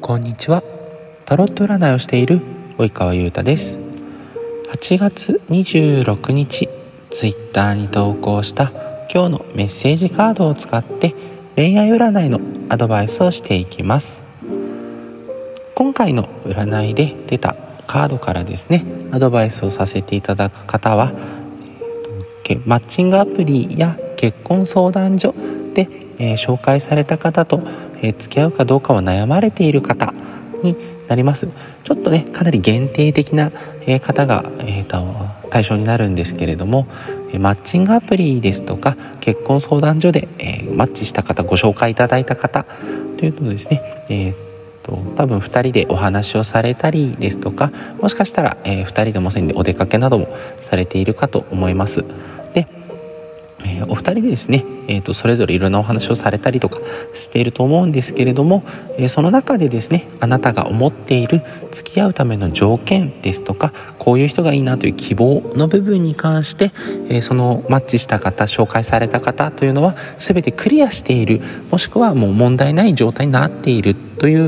こんにちは。タロット占いをしている及川優太です。8月26日ツイッターに投稿した今日のメッセージカードを使って恋愛占いのアドバイスをしていきます。今回の占いで出たカードからですね、アドバイスをさせていただく方は、マッチングアプリや結婚相談所で、紹介された方と、付き合うかどうかを悩まれている方になります。ちょっとね、かなり限定的な、方が、対象になるんですけれども、マッチングアプリですとか結婚相談所で、マッチした方、ご紹介いただいた方というのですね、多分2人でお話をされたりですとか、もしかしたら、2人でもすでにお出かけなどもされているかと思います。で、お二人でですね、それぞれいろんなお話をされたりとかしていると思うんですけれども、その中でですね、あなたが思っている付き合うための条件ですとか、こういう人がいいなという希望の部分に関して、そのマッチした方、紹介された方というのは全てクリアしている、もしくはもう問題ない状態になっているという、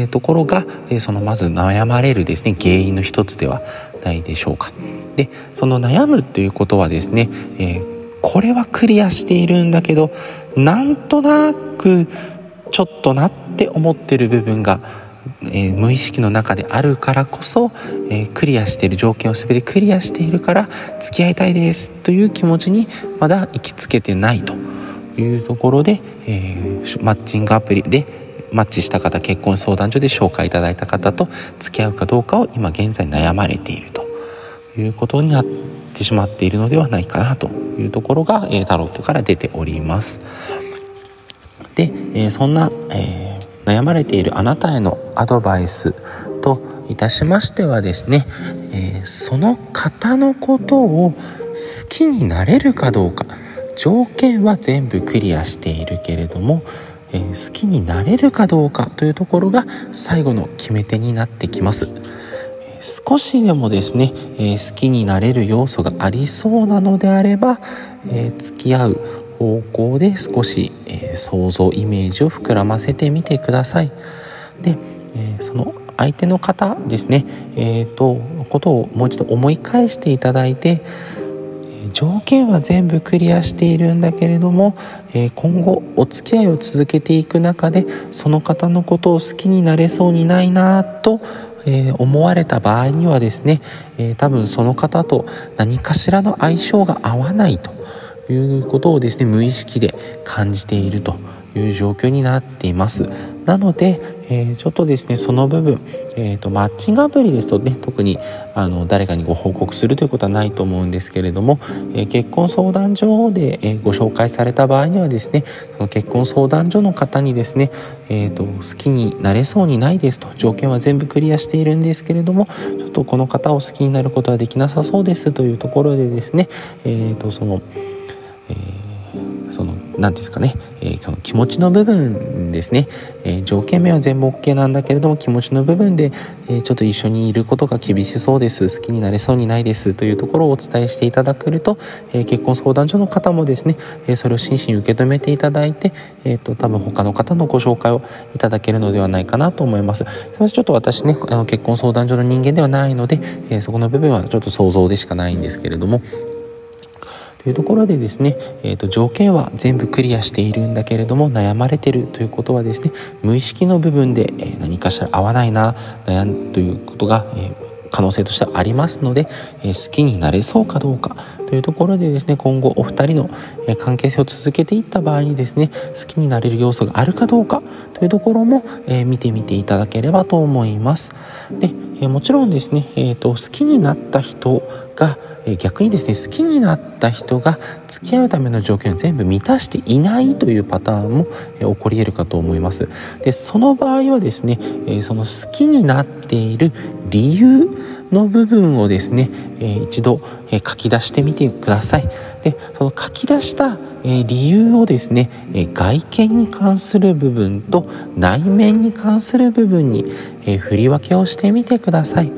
ところが、そのまず悩まれるですね、原因の一つではないでしょうか。で、その悩むということはですね、これはクリアしているんだけど、なんとなくちょっとなって思ってる部分が、無意識の中であるからこそ、クリアしている条件を全てクリアしているから付き合いたいですという気持ちにまだ行きつけてないというところで、マッチングアプリでマッチした方、結婚相談所で紹介いただいた方と付き合うかどうかを今現在悩まれているということになってしまっているのではないかなというところが、タロットから出ております。で、そんな、悩まれているあなたへのアドバイスといたしましてはですね、その方のことを好きになれるかどうか、条件は全部クリアしているけれども、好きになれるかどうかというところが最後の決め手になってきます。少しでもですね、好きになれる要素がありそうなのであれば、付き合う方向で少し、想像イメージを膨らませてみてください。で、その相手の方ですね、ことをもう一度思い返していただいて、条件は全部クリアしているんだけれども、今後お付き合いを続けていく中でその方のことを好きになれそうにないなと思われた場合にはですね、多分その方と何かしらの相性が合わないということをですね、無意識で感じているという状況になっています。なので、ちょっとですね、その部分、マッチングアプリですとね、特に誰かにご報告するということはないと思うんですけれども、結婚相談所で、ご紹介された場合にはですね、その結婚相談所の方にですね、好きになれそうにないですと、条件は全部クリアしているんですけれども、ちょっとこの方を好きになることはできなさそうですというところでですね、何ですかね、その気持ちの部分ですね、条件面は全部 OK なんだけれども、気持ちの部分で、ちょっと一緒にいることが厳しそうです、好きになれそうにないですというところをお伝えしていただけると、結婚相談所の方もですね、それを真摯に受け止めていただいて、多分他の方のご紹介をいただけるのではないかなと思います。すいません、ちょっと私ね、結婚相談所の人間ではないので、そこの部分はちょっと想像でしかないんですけれども、というところでですね、条件は全部クリアしているんだけれども悩まれているということはですね、無意識の部分で、何かしら合わないな、悩むということが、可能性としてはありますので、好きになれそうかどうかというところでですね、今後お二人の、関係性を続けていった場合にですね、好きになれる要素があるかどうかというところも、見てみていただければと思います。で、もちろんですね、好きになった人が逆にですね、好きになった人が付き合うための条件を全部満たしていないというパターンも起こり得るかと思います。で、その場合はですね、その好きになっている理由の部分をですね、一度書き出してみてください。で、その書き出した理由をですね、外見に関する部分と内面に関する部分に振り分けをしてみてください。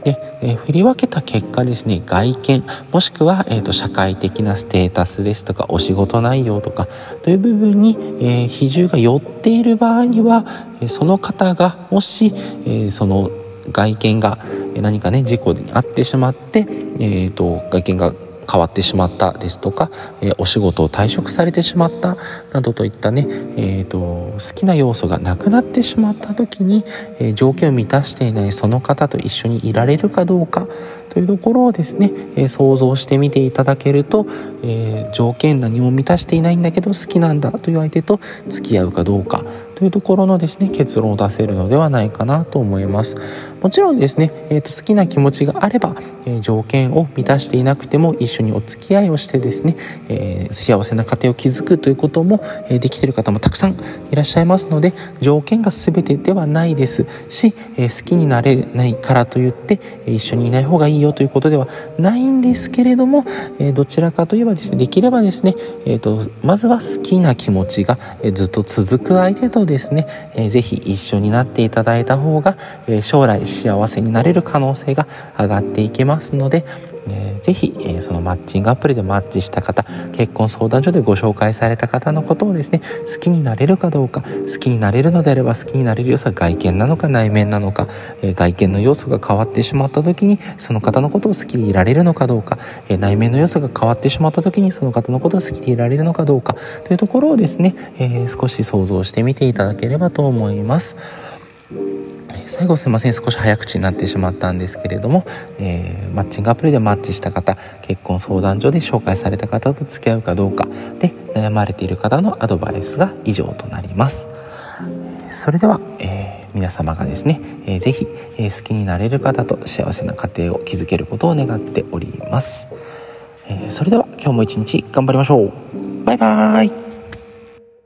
で、振り分けた結果ですね、外見もしくは、社会的なステータスですとかお仕事内容とかという部分に、比重が寄っている場合には、その方がもし、その外見が何かね事故に遭ってしまって、外見が変わってしまったですとか、お仕事を退職されてしまったなどといったね、好きな要素がなくなってしまった時に、条件を満たしていないその方と一緒にいられるかどうかというところをですね、想像してみていただけると、条件何も満たしていないんだけど好きなんだという相手と付き合うかどうかというところのですね結論を出せるのではないかなと思います。もちろんですね、好きな気持ちがあれば、条件を満たしていなくても一緒にお付き合いをしてですね、幸せな家庭を築くということも、できている方もたくさんいらっしゃいますので、条件が全てではないですし、好きになれないからといって一緒にいない方がいいよということではないんですけれども、どちらかといえばですね、できればですね、まずは好きな気持ちがずっと続く相手とですね、ぜひ一緒になっていただいた方が、将来幸せになれる可能性が上がっていきますので、ぜひ、そのマッチングアプリでマッチした方、結婚相談所でご紹介された方のことをですね、好きになれるかどうか、好きになれるのであれば好きになれる要素は外見なのか内面なのか、外見の要素が変わってしまった時にその方のことを好きでいられるのかどうか、内面の要素が変わってしまった時にその方のことを好きでいられるのかどうかというところをですね、少し想像してみていただければと思います。最後すいません、少し早口になってしまったんですけれども、マッチングアプリでマッチした方、結婚相談所で紹介された方と付き合うかどうかで悩まれている方のアドバイスが以上となります。それでは、皆様がですね、ぜひ、好きになれる方と幸せな家庭を築けることを願っております。それでは今日も一日頑張りましょう。バイバーイ。